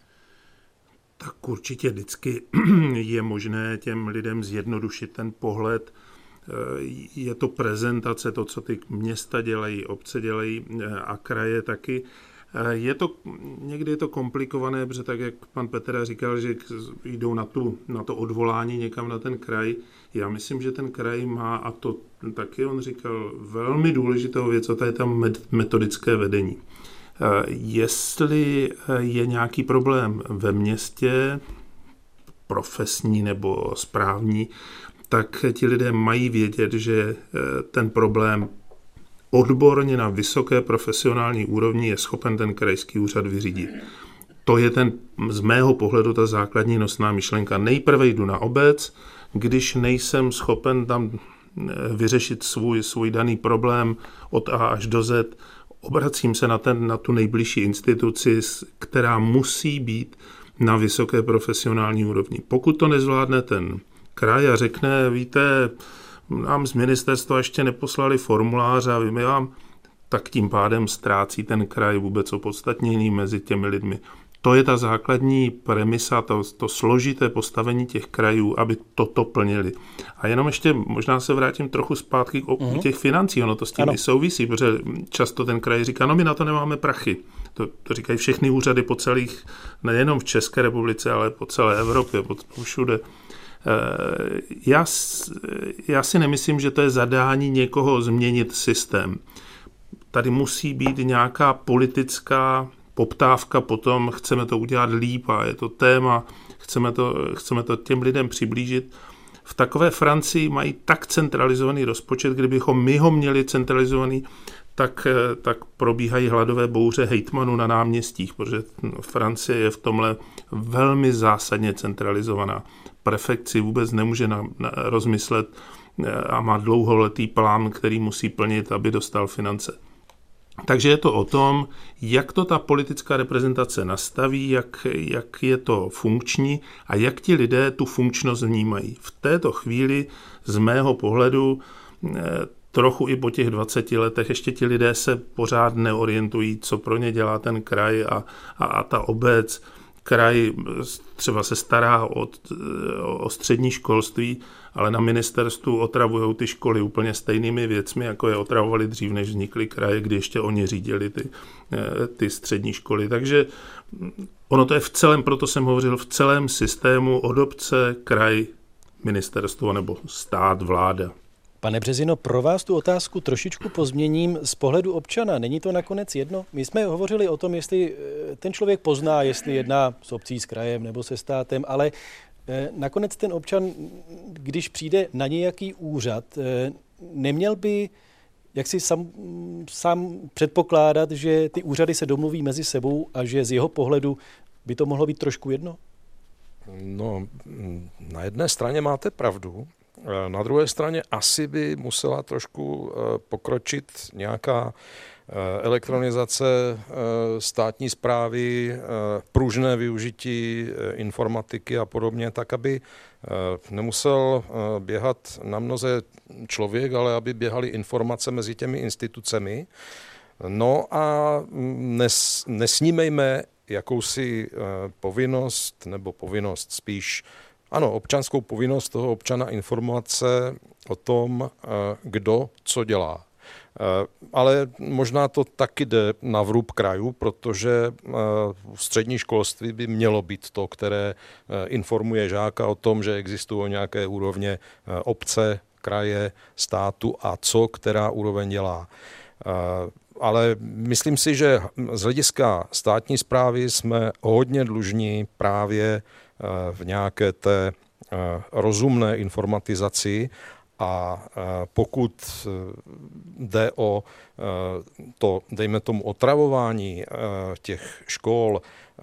Tak určitě vždycky je možné těm lidem zjednodušit ten pohled. Je to prezentace, to, co ty města dělají, obce dělají a kraje taky. Někdy je to komplikované, protože tak, jak pan Petera říkal, že jdou na to odvolání někam na ten kraj. Já myslím, že ten kraj má, a to taky on říkal, velmi důležitou věc, a to je tam metodické vedení. Jestli je nějaký problém ve městě, profesní nebo správní, tak ti lidé mají vědět, že ten problém odborně na vysoké profesionální úrovni je schopen ten krajský úřad vyřídit. To je z mého pohledu ta základní nosná myšlenka. Nejprve jdu na obec, když nejsem schopen tam vyřešit svůj daný problém od A až do Z, obracím se na tu nejbližší instituci, která musí být na vysoké profesionální úrovni. Pokud to nezvládne ten kraj a řekne, víte, nám z ministerstva ještě neposlali formulář a my vám, tak tím pádem ztrácí ten kraj vůbec opodstatnění mezi těmi lidmi. To je ta základní premisa, to složité postavení těch krajů, aby toto plnili. A jenom ještě možná se vrátím trochu zpátky k těch financí, ono to s tím i souvisí, protože často ten kraj říká, no my na to nemáme prachy. To říkají všechny úřady po celých, nejenom v České republice, ale po celé Evropě, po všude. Já si nemyslím, že to je zadání někoho změnit systém. Tady musí být nějaká politická poptávka potom, chceme to udělat líp a je to téma, chceme to těm lidem přiblížit. V takové Francii mají tak centralizovaný rozpočet, kdybychom my ho měli centralizovaný, tak probíhají hladové bouře hejtmanů na náměstích, protože Francie je v tomhle velmi zásadně centralizovaná. Prefekt si vůbec nemůže rozmyslet a má dlouholetý plán, který musí plnit, aby dostal finance. Takže je to o tom, jak to ta politická reprezentace nastaví, jak je to funkční a jak ti lidé tu funkčnost vnímají. V této chvíli z mého pohledu trochu i po těch 20 letech ještě ti lidé se pořád neorientují, co pro ně dělá ten kraj a ta obec. Kraj třeba se stará o střední školství, ale na ministerstvu otravujou ty školy úplně stejnými věcmi, jako je otravovali dřív, než vznikly kraje, kdy ještě oni řídili ty střední školy. Takže ono to je v celém, proto jsem hovořil, v celém systému od obce, kraj, ministerstvo nebo stát, vláda. Pane Březino, pro vás tu otázku trošičku pozměním z pohledu občana. Není to nakonec jedno? My jsme hovořili o tom, jestli ten člověk pozná, jestli jedná s obcí, s krajem nebo se státem, ale nakonec ten občan, když přijde na nějaký úřad, neměl by jaksi sám předpokládat, že ty úřady se domluví mezi sebou a že z jeho pohledu by to mohlo být trošku jedno? No, na jedné straně máte pravdu, na druhé straně asi by musela trošku pokročit nějaká elektronizace státní správy, pružné využití informatiky a podobně, tak aby nemusel běhat na mnoze člověk, ale aby běhaly informace mezi těmi institucemi. No a nesnímejme jakousi povinnost, nebo povinnost spíš, ano, občanskou povinnost toho občana informovat se o tom, kdo co dělá. Ale možná to taky jde na vrub krajů, protože střední školství by mělo být to, které informuje žáka o tom, že existují nějaké úrovně obce, kraje, státu a co která úroveň dělá. Ale myslím si, že z hlediska státní správy jsme hodně dlužní právě v nějaké té rozumné informatizaci A pokud jde o to, dejme tomu, otravování těch škol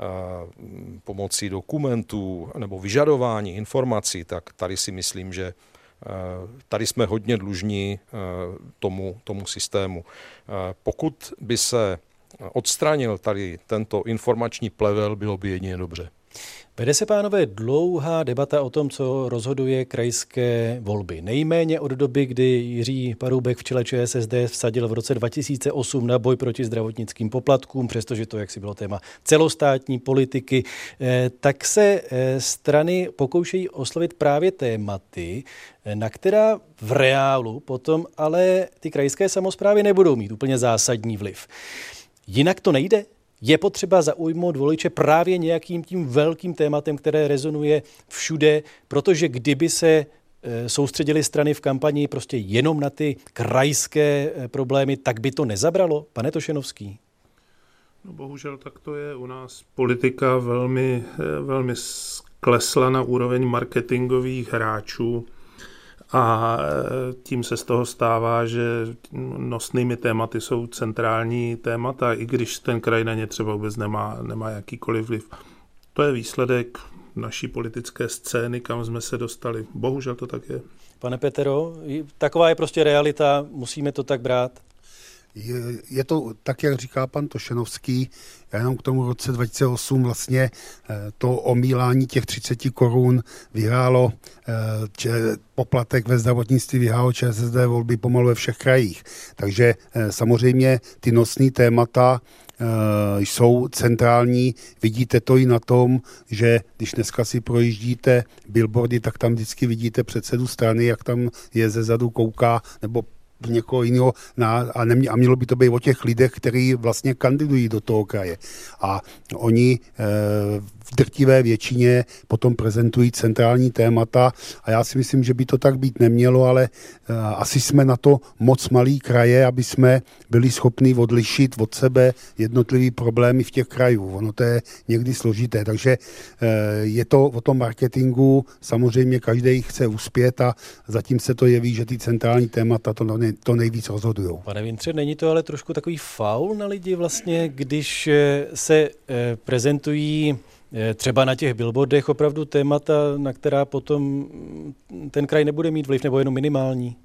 pomocí dokumentů nebo vyžadování informací, tak tady si myslím, že tady jsme hodně dlužní tomu systému. Pokud by se odstranil tady tento informační plevel, bylo by jedině dobře. Vede se, pánové, dlouhá debata o tom, co rozhoduje krajské volby. Nejméně od doby, kdy Jiří Paroubek v čele ČSSD vsadil v roce 2008 na boj proti zdravotnickým poplatkům, přestože to jaksi bylo téma celostátní politiky, tak se strany pokoušejí oslovit právě tématy, na která v reálu potom ale ty krajské samosprávy nebudou mít úplně zásadní vliv. Jinak to nejde? Je potřeba zaujmout voliče právě nějakým tím velkým tématem, které rezonuje všude, protože kdyby se soustředili strany v kampani prostě jenom na ty krajské problémy, tak by to nezabralo, pane Tošenovský? No bohužel tak to je. U nás politika velmi sklesla na úroveň marketingových hráčů a tím se z toho stává, že nosnými tématy jsou centrální témata, i když ten kraj na ně třeba vůbec nemá jakýkoliv vliv. To je výsledek naší politické scény, kam jsme se dostali. Bohužel to tak je. Pane Petero, taková je prostě realita, musíme to tak brát. Je to tak, jak říká pan Tošenovský, já jenom k tomu roce 2008 vlastně to omílání těch 30 korun vyhrálo, poplatek ve zdravotnictví vyhrálo ČSSD volby pomalu ve všech krajích. Takže samozřejmě ty nosné témata jsou centrální. Vidíte to i na tom, že když dneska si projíždíte billboardy, tak tam vždycky vidíte předsedu strany, jak tam je zezadu kouká, nebo někoho jiného a mělo by to být o těch lidech, kteří vlastně kandidují do toho kraje. A oni v drtivé většině potom prezentují centrální témata a já si myslím, že by to tak být nemělo, ale asi jsme na to moc malý kraje, aby jsme byli schopni odlišit od sebe jednotlivý problémy v těch krajů. Ono to je někdy složité, takže je to o tom marketingu, samozřejmě každý chce uspět a zatím se to jeví, že ty centrální témata to nejvíc rozhodujou. Pane Vintře, není to ale trošku takový faul na lidi vlastně, když se prezentují třeba na těch billboardech opravdu témata, na která potom ten kraj nebude mít vliv, nebo jenom minimální?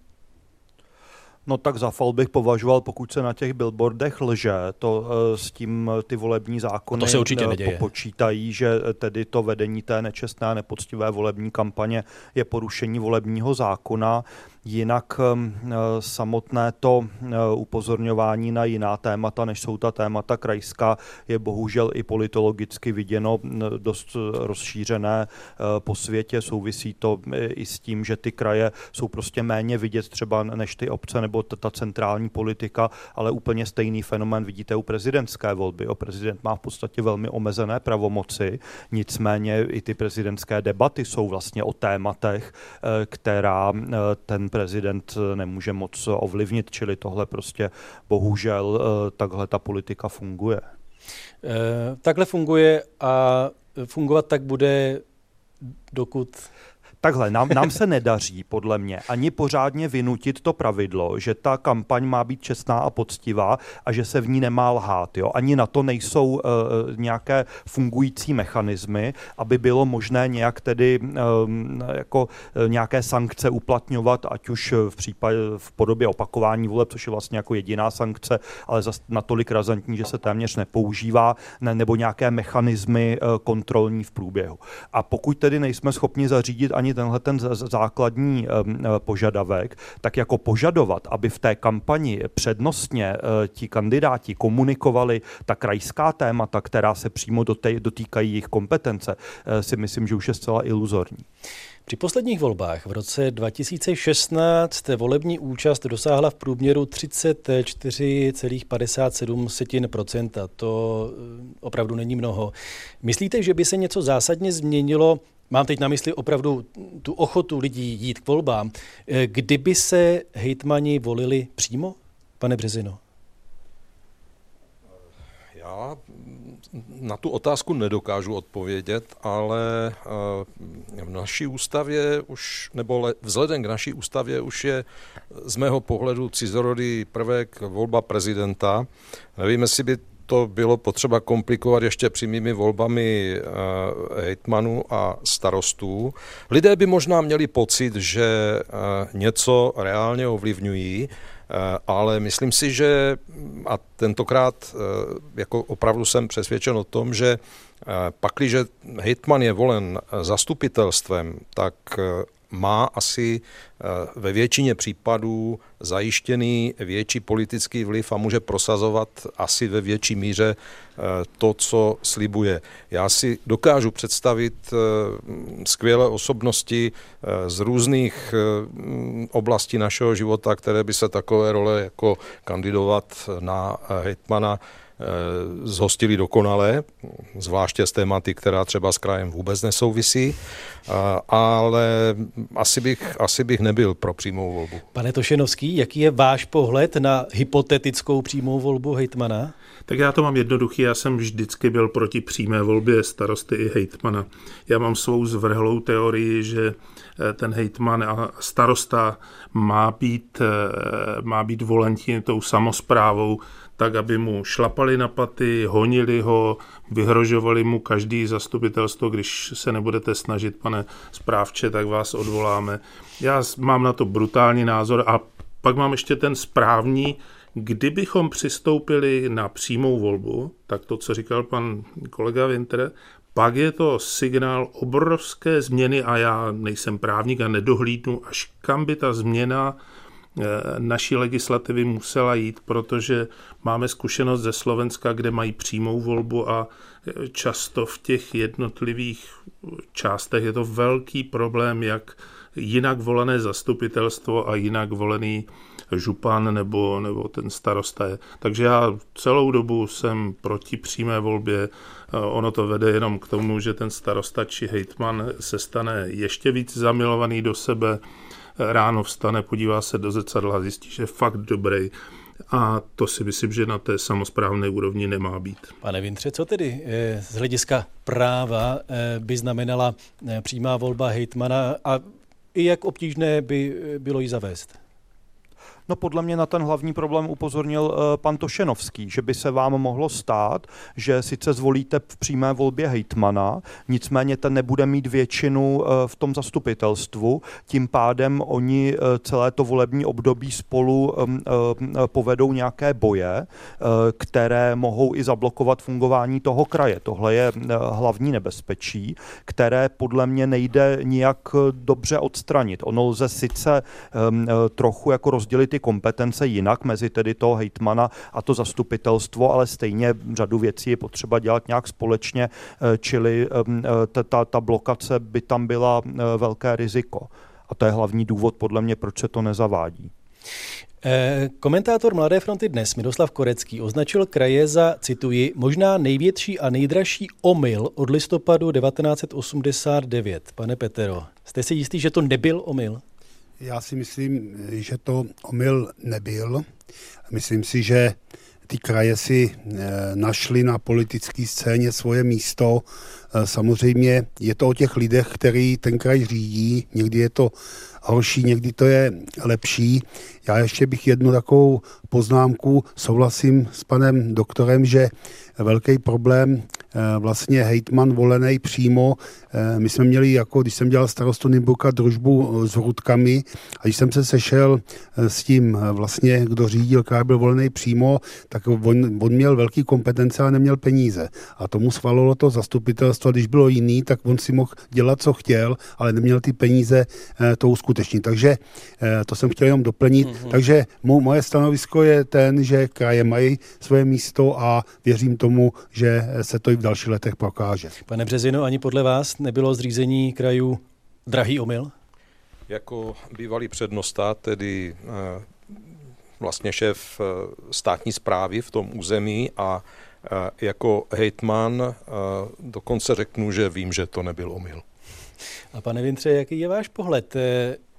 No tak za faul bych považoval, pokud se na těch billboardech lže, to s tím ty volební zákony to se určitě neděje. Počítají, že tedy to vedení té nečestné a nepoctivé volební kampaně je porušení volebního zákona. Jinak samotné to upozorňování na jiná témata, než jsou ta témata krajská, je bohužel i politologicky viděno dost rozšířené po světě. Souvisí to i s tím, že ty kraje jsou prostě méně vidět třeba než ty obce nebo ta centrální politika, ale úplně stejný fenomén vidíte u prezidentské volby. Prezident má v podstatě velmi omezené pravomoci, nicméně i ty prezidentské debaty jsou vlastně o tématech, která ten prezident nemůže moc ovlivnit, čili tohle prostě bohužel takhle ta politika funguje. Takhle funguje a fungovat tak bude, dokud... Takhle, nám se nedaří, podle mě, ani pořádně vynutit to pravidlo, že ta kampaň má být čestná a poctivá a že se v ní nemá lhát. Jo? Ani na to nejsou nějaké fungující mechanismy, aby bylo možné nějak tedy jako nějaké sankce uplatňovat, ať už v podobě opakování voleb, což je vlastně jako jediná sankce, ale zase natolik razantní, že se téměř nepoužívá, nebo nějaké mechanismy kontrolní v průběhu. A pokud tedy nejsme schopni zařídit ani tenhle ten základní požadavek, tak jako požadovat, aby v té kampani přednostně ti kandidáti komunikovali ta krajská témata, která se přímo dotýkají jejich kompetence, si myslím, že už je zcela iluzorní. Při posledních volbách v roce 2016 volební účast dosáhla v průměru 34,57%. To opravdu není mnoho. Myslíte, že by se něco zásadně změnilo? Mám teď na mysli opravdu tu ochotu lidí jít k volbám. Kdyby se hejtmani volili přímo, pane Březino? Já Na tu otázku nedokážu odpovědět, ale v naší ústavě už, nebo vzhledem k naší ústavě už je z mého pohledu cizorodý prvek volba prezidenta. Nevím, jestli by to bylo potřeba komplikovat ještě přímými volbami hejtmanů a starostů. Lidé by možná měli pocit, že něco reálně ovlivňují, ale myslím si, že a tentokrát jako opravdu jsem přesvědčen o tom, že pakliže hejtman je volen zastupitelstvem, tak má asi ve většině případů zajištěný větší politický vliv a může prosazovat asi ve větší míře to, co slibuje. Já si dokážu představit skvělé osobnosti z různých oblastí našeho života, které by se takové role jako kandidovat na hejtmana zhostili dokonale, zvláště z tématy, která třeba s krajem vůbec nesouvisí, ale asi bych nebyl pro přímou volbu. Pane Tošenovský, jaký je váš pohled na hypotetickou přímou volbu hejtmana? Tak já to mám jednoduchý, já jsem vždycky byl proti přímé volbě starosty i hejtmana. Já mám svou zvrhlou teorii, že ten hejtman a starosta má být volen tou samosprávou, tak, aby mu šlapali na paty, honili ho, vyhrožovali mu každý zastupitelstvo, když se nebudete snažit, pane správče, tak vás odvoláme. Já mám na to brutální názor a pak mám ještě ten správný. Kdybychom přistoupili na přímou volbu, tak to, co říkal pan kolega Winter, pak je to signál obrovské změny a já nejsem právník a nedohlídnu, až kam by ta změna naší legislativy musela jít, protože máme zkušenost ze Slovenska, kde mají přímou volbu a často v těch jednotlivých částech je to velký problém, jak jinak volené zastupitelstvo a jinak volený župan nebo ten starosta je. Takže já celou dobu jsem proti přímé volbě. Ono to vede jenom k tomu, že ten starosta či hejtman se stane ještě víc zamilovaný do sebe, ráno vstane, podívá se do zrcadla a zjistí, že je fakt dobrý. A to si myslím, že na té samosprávné úrovni nemá být. Pane Wintře, co tedy z hlediska práva by znamenala přímá volba hejtmana a i jak obtížné by bylo ji zavést? No podle mě na ten hlavní problém upozornil pan Tošenovský, že by se vám mohlo stát, že sice zvolíte v přímé volbě hejtmana, nicméně ten nebude mít většinu v tom zastupitelstvu, tím pádem oni celé to volební období spolu povedou nějaké boje, které mohou i zablokovat fungování toho kraje. Tohle je hlavní nebezpečí, které podle mě nejde nijak dobře odstranit. Ono lze sice trochu jako rozdělit ty kompetence jinak mezi tedy toho hejtmana a to zastupitelstvo, ale stejně řadu věcí je potřeba dělat nějak společně, čili ta blokace by tam byla velké riziko. A to je hlavní důvod podle mě, proč se to nezavádí. Komentátor Mladé fronty Dnes Miroslav Korecký označil kraje za, cituji, možná největší a nejdražší omyl od listopadu 1989. Pane Petero, jste si jistý, že to nebyl omyl? Já si myslím, že to omyl nebyl. Myslím si, že ty kraje si našly na politické scéně svoje místo. Samozřejmě je to o těch lidech, který ten kraj řídí. Někdy je to horší, někdy to je lepší. Já ještě bych jednu takovou poznámku, souhlasím s panem doktorem, že velký problém vlastně hejtman volený přímo. My jsme měli, jako když jsem dělal starostu Nymburka, družbu s Hrudkami a když jsem se sešel s tím vlastně, kdo řídil kraj, byl volený přímo, tak on měl velký kompetence a neměl peníze. A tomu schválilo to zastupitelstvo, když bylo jiný, tak on si mohl dělat, co chtěl, ale neměl ty peníze to uskutečnit. Takže to jsem chtěl jenom doplnit. Takže moje stanovisko je ten, že kraje mají svoje místo a věřím tomu, že se to i v dalších letech prokáže. Pane Březino, ani podle vás nebylo zřízení krajů drahý omyl? Jako bývalý přednosta, tedy vlastně šéf státní správy v tom území a jako hejtman dokonce řeknu, že vím, že to nebyl omyl. A pane Wintře, jaký je váš pohled?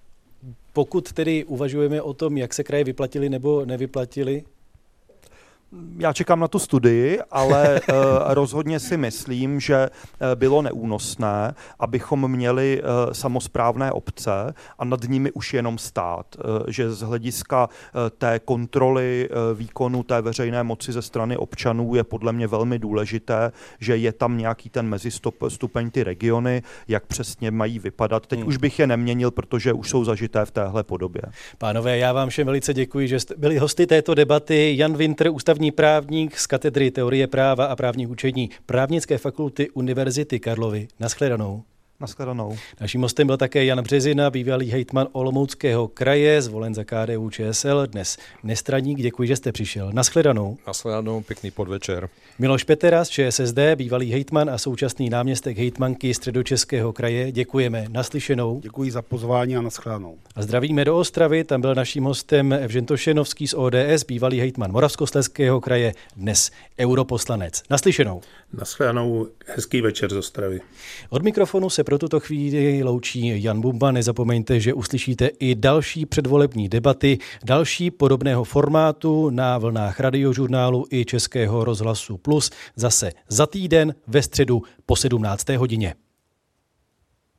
Pokud tedy uvažujeme o tom, jak se kraje vyplatili nebo nevyplatili? Já čekám na tu studii, ale rozhodně si myslím, že bylo neúnosné, abychom měli samosprávné obce a nad nimi už jenom stát. Že z hlediska té kontroly výkonu té veřejné moci ze strany občanů je podle mě velmi důležité, že je tam nějaký ten mezistupeň, ty regiony, jak přesně mají vypadat. Teď už bych je neměnil, protože už jsou zažité v téhle podobě. Pánové, já vám všem velice děkuji, že jste byli hosty této debaty. Jan Wintr, ústavní právník z katedry teorie práva a právních učení Právnické fakulty Univerzity Karlovy. Naschledanou. Naschledanou. Naším hostem byl také Jan Březina, bývalý hejtman Olomouckého kraje, zvolen za KDU-ČSL, dnes nestraník. Děkuji, že jste přišel. Naschledanou. Naschledanou, pěkný podvečer. Miloš Petera z ČSSD, bývalý hejtman a současný náměstek hejtmanky Středočeského kraje. Děkujeme. Naslyšenou. Děkuji za pozvání a naschledanou. A zdravíme do Ostravy, tam byl naším hostem Evžen Tošenovský z ODS, bývalý hejtman Moravskoslezského kraje, dnes europoslanec. Naslyšenou. Naschledanou, hezký večer z Ostravy. Od mikrofonu se pro tuto chvíli loučí Jan Bumba. Nezapomeňte, že uslyšíte i další předvolební debaty, další podobného formátu na vlnách Radiožurnálu i Českého rozhlasu Plus zase za týden ve středu po 17. hodině.